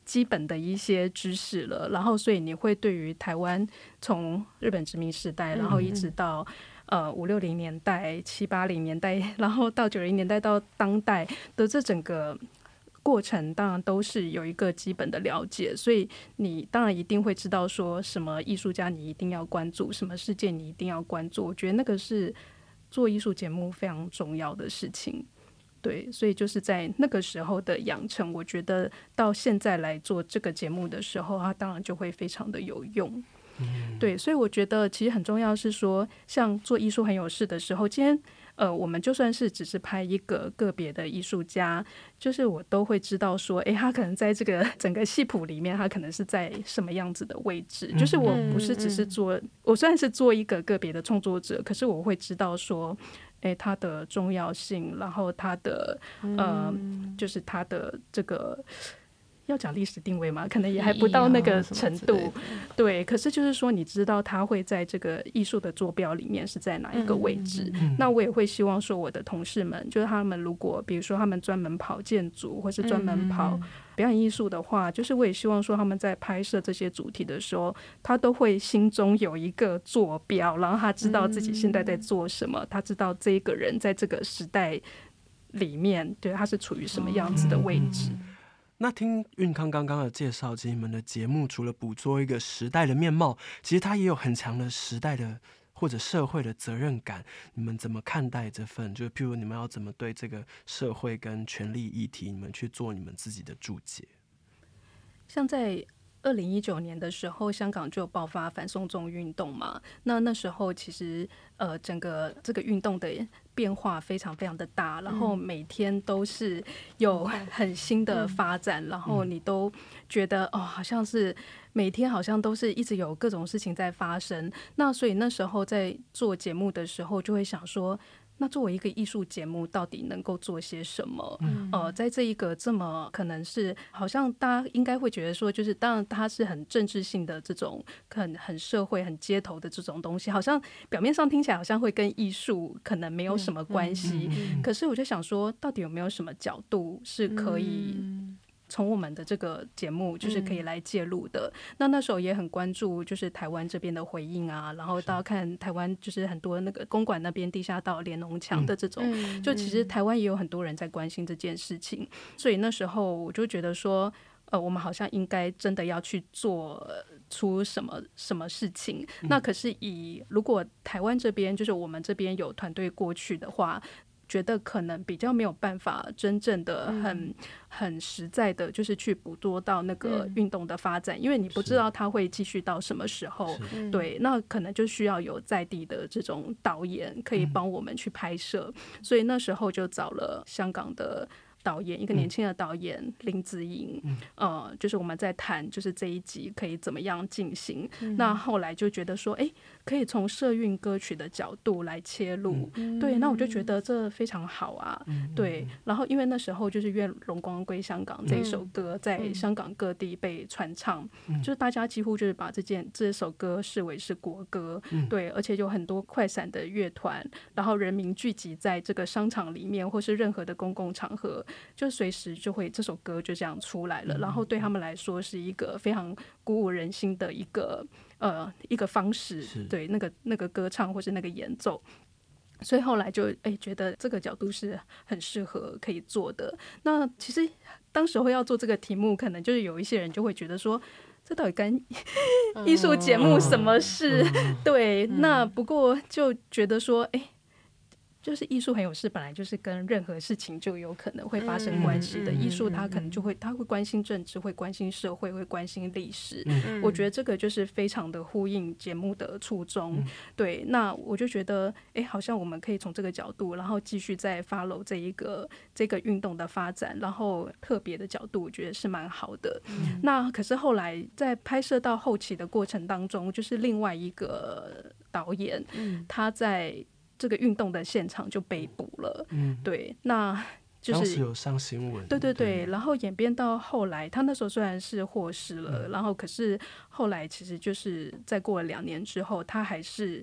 基本的一些知识了，然后所以你会对于台湾从日本殖民时代，然后一直到呃五六零年代、七八零年代，然后到九零年代到当代的这整个过程，当然都是有一个基本的了解，所以你当然一定会知道说什么艺术家你一定要关注，什么事件你一定要关注。我觉得那个是做艺术节目非常重要的事情。对，所以就是在那个时候的养成，我觉得到现在来做这个节目的时候，它当然就会非常的有用。嗯、对，所以我觉得其实很重要是说，像做艺术很有事的时候，今天呃，我们就算是只是拍一个个别的艺术家，就是我都会知道说，哎，他可能在这个整个系谱里面，他可能是在什么样子的位置。嗯、就是我不是只是做，嗯、我虽然是做一个个别的创作者，可是我会知道说，哎，它的重要性，然后它的呃，嗯、就是它的这个。要讲历史定位嘛，可能也还不到那个程度，对。可是就是说，你知道它会在这个艺术的坐标里面是在哪一个位置？嗯、那我也会希望说，我的同事们，就是他们如果比如说他们专门跑建筑，或是专门跑表演艺术的话，就是我也希望说他们在拍摄这些主题的时候，他都会心中有一个坐标，然后他知道自己现在在做什么，他知道这一个人在这个时代里面，对他是处于什么样子的位置。嗯那听运康刚刚的介绍，其实你们的节目除了捕捉一个时代的面貌，其实它也有很强的时代的或者社会的责任感。你们怎么看待这份？就譬如你们要怎么对这个社会跟权力议题，你们去做你们自己的注解？ 像在二零一九年的时候，香港就爆发反送中运动嘛。那那时候其实呃，整个这个运动的变化非常非常的大，然后每天都是有很新的发展，嗯、然后你都觉得哦，好像是每天好像都是一直有各种事情在发生。那所以那时候在做节目的时候，就会想说，那作为一个艺术节目，到底能够做些什么？嗯、呃，在这一个这么可能是好像大家应该会觉得说，就是当然它是很政治性的这种很很社会很街头的这种东西，好像表面上听起来好像会跟艺术可能没有什么关系。嗯嗯嗯、可是我就想说，到底有没有什么角度是可以从我们的这个节目就是可以来介入的。嗯、那那时候也很关注就是台湾这边的回应啊，然后大家看台湾就是很多那个公馆那边地下道连农墙的这种，嗯、就其实台湾也有很多人在关心这件事情，所以那时候我就觉得说呃，我们好像应该真的要去做出什么什么事情。嗯、那可是以如果台湾这边就是我们这边有团队过去的话，觉得可能比较没有办法真正的很、嗯、很实在的就是去捕捉到那个运动的发展，嗯、因为你不知道它会继续到什么时候。对，那可能就需要有在地的这种导演可以帮我们去拍摄。嗯、所以那时候就找了香港的导演，一个年轻的导演、嗯、林子颖，嗯、呃，就是我们在谈就是这一集可以怎么样进行。嗯、那后来就觉得说，哎，可以从社运歌曲的角度来切入。嗯、对，那我就觉得这非常好啊。嗯、对，然后因为那时候就是《愿荣光归香港》这一首歌在香港各地被传唱，嗯、就是大家几乎就是把这件这首歌视为是国歌。嗯、对，而且有很多快闪的乐团，然后人民聚集在这个商场里面或是任何的公共场合，就随时就会这首歌就这样出来了，然后对他们来说是一个非常鼓舞人心的一个呃一个方式，对，那个那个歌唱或是那个演奏，所以后来就哎觉得这个角度是很适合可以做的。那其实当时候要做这个题目，可能就是有一些人就会觉得说，这到底干艺术节目什么事？嗯、对，嗯、那不过就觉得说，哎。就是艺术很有事，本来就是跟任何事情就有可能会发生关系的。嗯、艺术它可能就会，它会关心政治，会关心社会，会关心历史。嗯、我觉得这个就是非常的呼应节目的初衷。嗯、对，那我就觉得，哎，好像我们可以从这个角度，然后继续再 follow 这一个这个运动的发展，然后特别的角度，我觉得是蛮好的。嗯、那可是后来在拍摄到后期的过程当中，就是另外一个导演，嗯、他在这个运动的现场就被捕了。嗯，对，那就是当时有上新闻。 对对对，然后演变到后来，他那时候虽然是获释了，嗯、然后可是后来其实就是再过了两年之后，他还是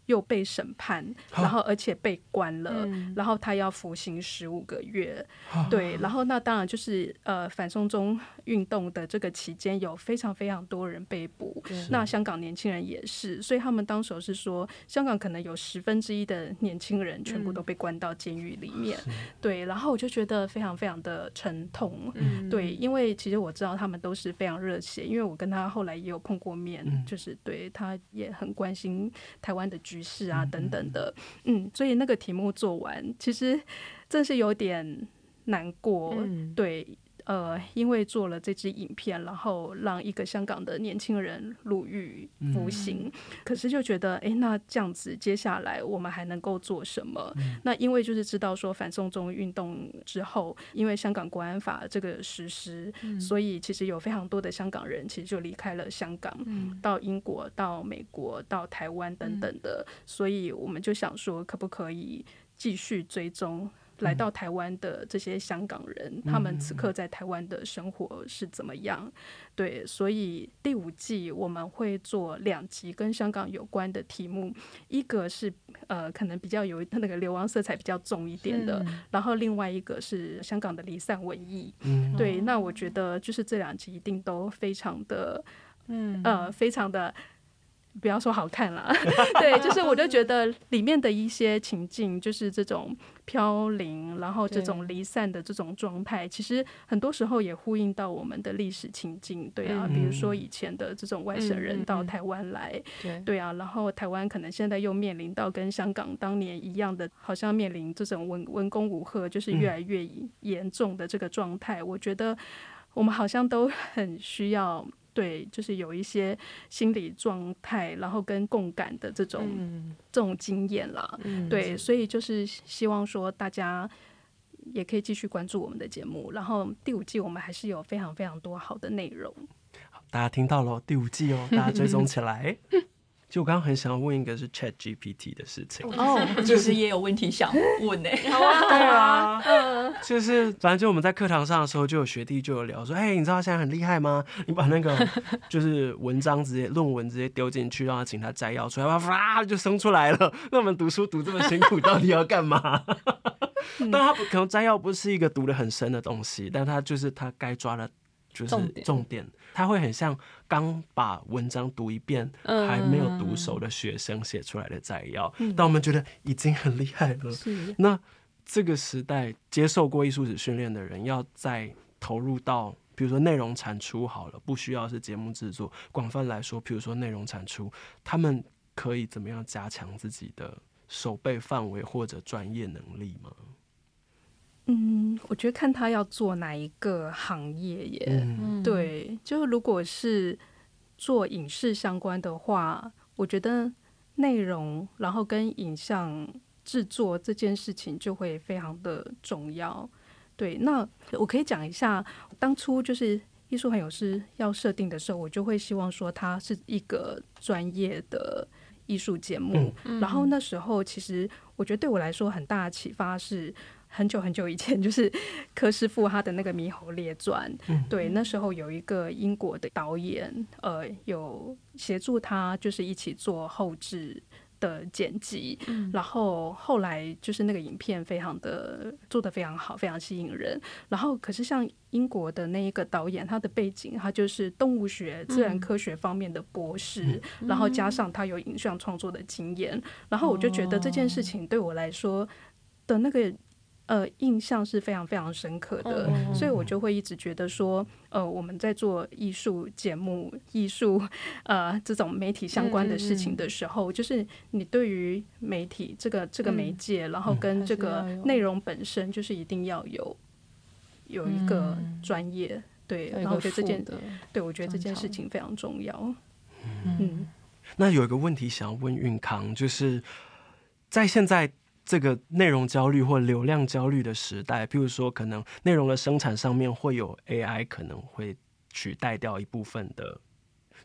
又被审判，然后而且被关了， 嗯、 然后他要服刑十五个月。对，然后那当然就是呃反送中运动的这个期间，有非常非常多人被捕，那香港年轻人也是，所以他们当时是说，香港可能有十分之一的年轻人全部都被关到监狱里面。嗯、对，然后我就觉得非常非常的沉痛。嗯、对，因为其实我知道他们都是非常热血，因为我跟他后来也有碰过面，嗯、就是对他也很关心台湾的局势啊等等的。嗯，所以那个题目做完，其实真是有点难过。嗯、对。呃，因为做了这支影片，然后让一个香港的年轻人入狱服刑，嗯、可是就觉得，哎，那这样子接下来我们还能够做什么？嗯、那因为就是知道说反送中运动之后，因为香港国安法这个实施，嗯、所以其实有非常多的香港人其实就离开了香港，嗯、到英国、到美国、到台湾等等的，嗯、所以我们就想说，可不可以继续追踪来到台湾的这些香港人，嗯、他们此刻在台湾的生活是怎么样？对，所以第五季我们会做两集跟香港有关的题目，一个是呃可能比较有那个流亡色彩比较重一点的，然后另外一个是香港的离散文艺。嗯、对，那我觉得就是这两集一定都非常的，嗯呃非常的。不要说好看啦对，就是我就觉得里面的一些情境，就是这种飘零，然后这种离散的这种状态，其实很多时候也呼应到我们的历史情境。对啊，嗯、比如说以前的这种外省人到台湾来，嗯、对啊，然后台湾可能现在又面临到跟香港当年一样的，好像面临这种文文攻武吓，就是越来越严重的这个状态。嗯、我觉得我们好像都很需要。对，就是有一些心理状态，然后跟共感的这种、嗯、这种经验啦。嗯、对，所以就是希望说大家也可以继续关注我们的节目，然后第五季我们还是有非常非常多好的内容。 好，大家听到了第五季哦，大家追踪起来。就我刚刚很想要问一个是 Chat G P T 的事情哦，其实也有问题想问呢、欸。 好啊，对啊，嗯，就是反正就我们在课堂上的时候，就有学弟就有聊说，哎、欸，你知道他现在很厉害吗？你把那个就是文章直接论文直接丢进去，让他请他摘要出来，哇，就生出来了。那我们读书读这么辛苦，到底要干嘛？但他可能摘要不是一个读得很深的东西，但他就是他该抓的。就是重点，他会很像刚把文章读一遍、嗯、还没有读熟的学生写出来的摘要、嗯、但我们觉得已经很厉害了。那这个时代接受过艺术史训练的人要再投入到比如说内容产出好了，不需要是节目制作，广泛来说比如说内容产出，他们可以怎么样加强自己的守备范围或者专业能力吗？ 嗯，我觉得看他要做哪一个行业耶。嗯、对，就如果是做影视相关的话，我觉得内容然后跟影像制作这件事情就会非常的重要。对，那我可以讲一下，当初就是艺术很有事要设定的时候，我就会希望说它是一个专业的艺术节目、嗯、然后那时候其实我觉得对我来说很大的启发是很久很久以前，就是柯师傅他的那个《猕猴列传》，嗯，对，那时候有一个英国的导演，呃，有协助他，就是一起做后制的剪辑、嗯、然后后来就是那个影片非常的做得非常好，非常吸引人。然后可是像英国的那一个导演，他的背景他就是动物学自然科学方面的博士、嗯、然后加上他有影像创作的经验、嗯、然后我就觉得这件事情对我来说的那个呃，印象是非常非常深刻的、嗯、所以我就会一直觉得说呃，我们在做艺术节目艺术呃这种媒体相关的事情的时候、嗯、就是你对于媒体这个这个媒介、嗯、然后跟这个内容本身就是一定要有有一个专业、嗯、对，然后我觉得这件对我觉得这件事情非常重要。 嗯, 嗯那有一个问题想要问运康，就是在现在这个内容焦虑或流量焦虑的时代，譬如说可能内容的生产上面会有 A I 可能会取代掉一部分的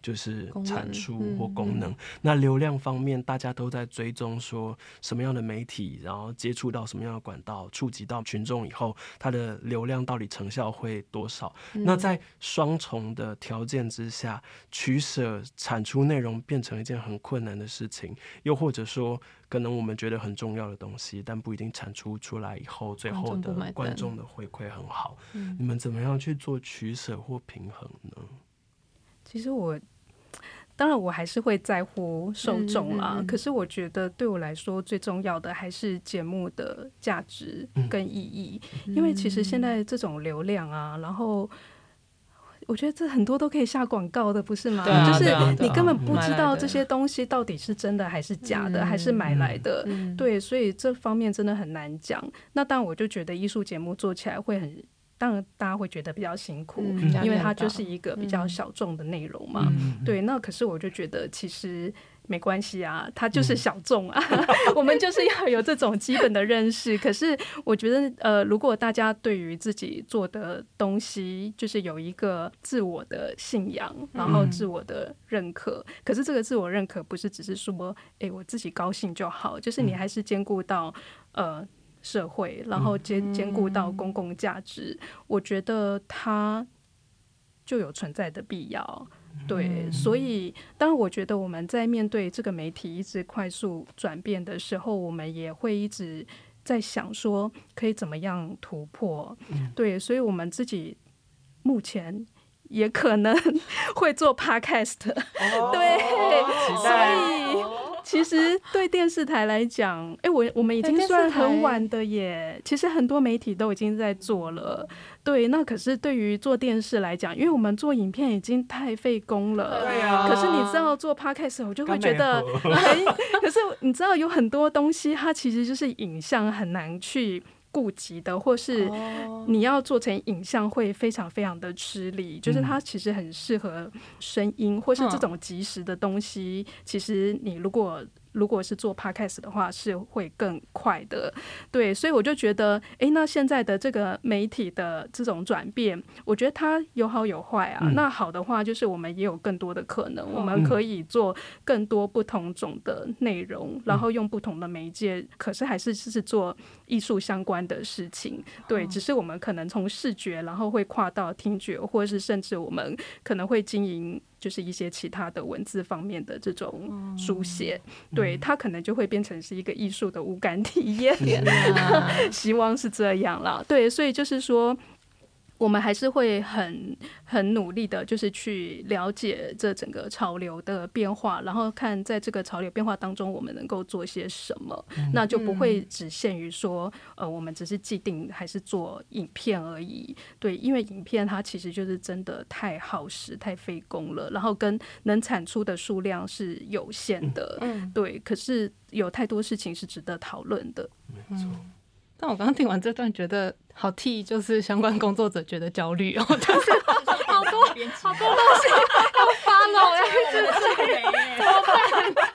就是产出或功能。嗯嗯、那流量方面，大家都在追踪说什么样的媒体，然后接触到什么样的管道，触及到群众以后，它的流量到底成效会多少？嗯、那在双重的条件之下，取舍产出内容变成一件很困难的事情，又或者说，可能我们觉得很重要的东西，但不一定产出出来以后，最后的观众的回馈很好。嗯、你们怎么样去做取舍或平衡呢？ 其实我当然我还是会在乎受众啦，嗯嗯嗯，可是我觉得对我来说最重要的还是节目的价值跟意义，嗯、因为其实现在这种流量啊，然后我觉得这很多都可以下广告的，不是吗？ 啊、 就是你根本不知道这些东西到底是真的还是假的，还是买来的。嗯、对，所以这方面真的很难讲。那当然，我就觉得艺术节目做起来会很，当然大家会觉得比较辛苦，嗯、因为它就是一个比较小众的内容嘛。嗯、对，那可是我就觉得其实没关系啊，它就是小众啊，嗯、我们就是要有这种基本的认识。可是我觉得，呃，如果大家对于自己做的东西，就是有一个自我的信仰，然后自我的认可。嗯、可是这个自我认可不是只是说，哎，我自己高兴就好，就是你还是兼顾到呃社会，然后兼兼顾到公共价值。嗯、我觉得它就有存在的必要。对，所以当然我觉得我们在面对这个媒体一直快速转变的时候，我们也会一直在想说可以怎么样突破。对，所以我们自己目前也可能会做 podcast。哦、对，所以其实对电视台来讲，哎，我我们已经算很晚的耶。其实很多媒体都已经在做了。对，那可是对于做电视来讲，因为我们做影片已经太费工了。 对啊。 可是你知道做 podcast， 我就会觉得很，可是你知道有很多东西，它其实就是影像很难去顾及的，或是你要做成影像会非常非常的吃力。就是它其实很适合声音，或是这种即时的东西。其实你如果如果是做 podcast 的话是会更快的。对，所以我就觉得哎，那现在的这个媒体的这种转变，我觉得它有好有坏啊。嗯、那好的话就是我们也有更多的可能，嗯、我们可以做更多不同种的内容，嗯、然后用不同的媒介，可是还是是做艺术相关的事情。对，只是我们可能从视觉然后会跨到听觉，或是甚至我们可能会经营就是一些其他的文字方面的这种书写。嗯、对，它可能就会变成是一个艺术的无感体验。嗯、希望是这样啦。对，所以就是说我们还是会很很努力的，就是去了解这整个潮流的变化，然后看在这个潮流变化当中我们能够做些什么。嗯、那就不会只限于说呃，我们只是既定还是做影片而已。对，因为影片它其实就是真的太耗时太费工了，然后跟能产出的数量是有限的。嗯、对，可是有太多事情是值得讨论的。 没错。 嗯，但我刚刚听完这段，觉得好替就是相关工作者觉得焦虑哦，就是好多好多东西要follow，哎，怎么办？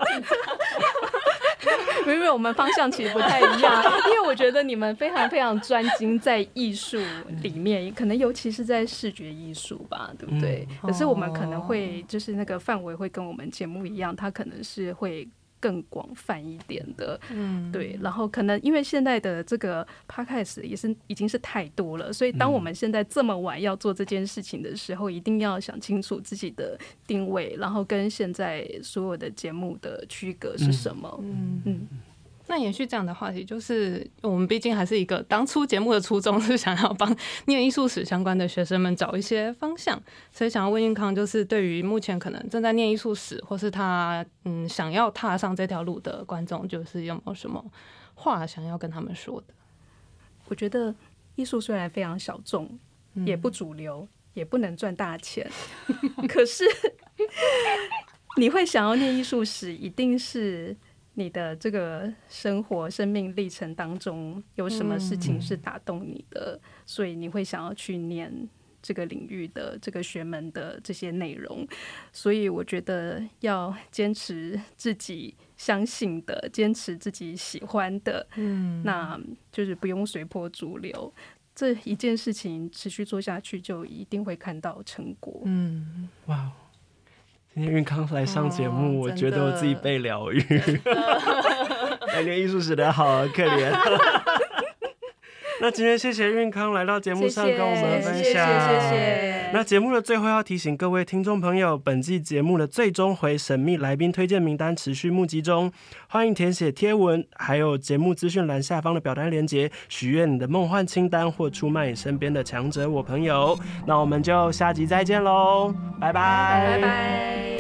因为我们方向其实不太一样，因为我觉得你们非常非常专精在艺术里面，可能尤其是在视觉艺术吧，对不对？嗯、可是我们可能会就是那个范围会跟我们节目一样，它可能是会更广泛一点的。嗯，对。然后可能因为现在的这个 podcast 也是已经是太多了，所以当我们现在这么晚要做这件事情的时候，一定要想清楚自己的定位，然后跟现在所有的节目的区隔是什么。嗯嗯。 那延续这样的话题，就是我们毕竟还是一个当初节目的初衷是想要帮念艺术史相关的学生们找一些方向，所以想要问运康，就是对于目前可能正在念艺术史，或是他嗯想要踏上这条路的观众，就是有没有什么话想要跟他们说的？ 我觉得艺术虽然非常小众，也不主流，也不能赚大钱，可是你会想要念艺术史，一定是你的这个生活生命历程当中有什么事情是打动你的，嗯、所以你会想要去念这个领域的这个学门的这些内容。所以我觉得要坚持自己相信的，坚持自己喜欢的，嗯，那就是不用随波逐流。这一件事情持续做下去，就一定会看到成果。 嗯，哇。 今天运康来上节目，哦、我觉得我自己被疗愈，感觉艺术史的好可怜。那今天谢谢运康来到节目上跟我们分享，谢谢谢谢。那节目的最后要提醒各位听众朋友，本季节目的最终回神秘来宾推荐名单持续募集中，欢迎填写贴文，还有节目资讯栏下方的表单连结，许愿你的梦幻清单或出卖你身边的强者我朋友。那我们就下集再见喽，拜拜， 拜拜。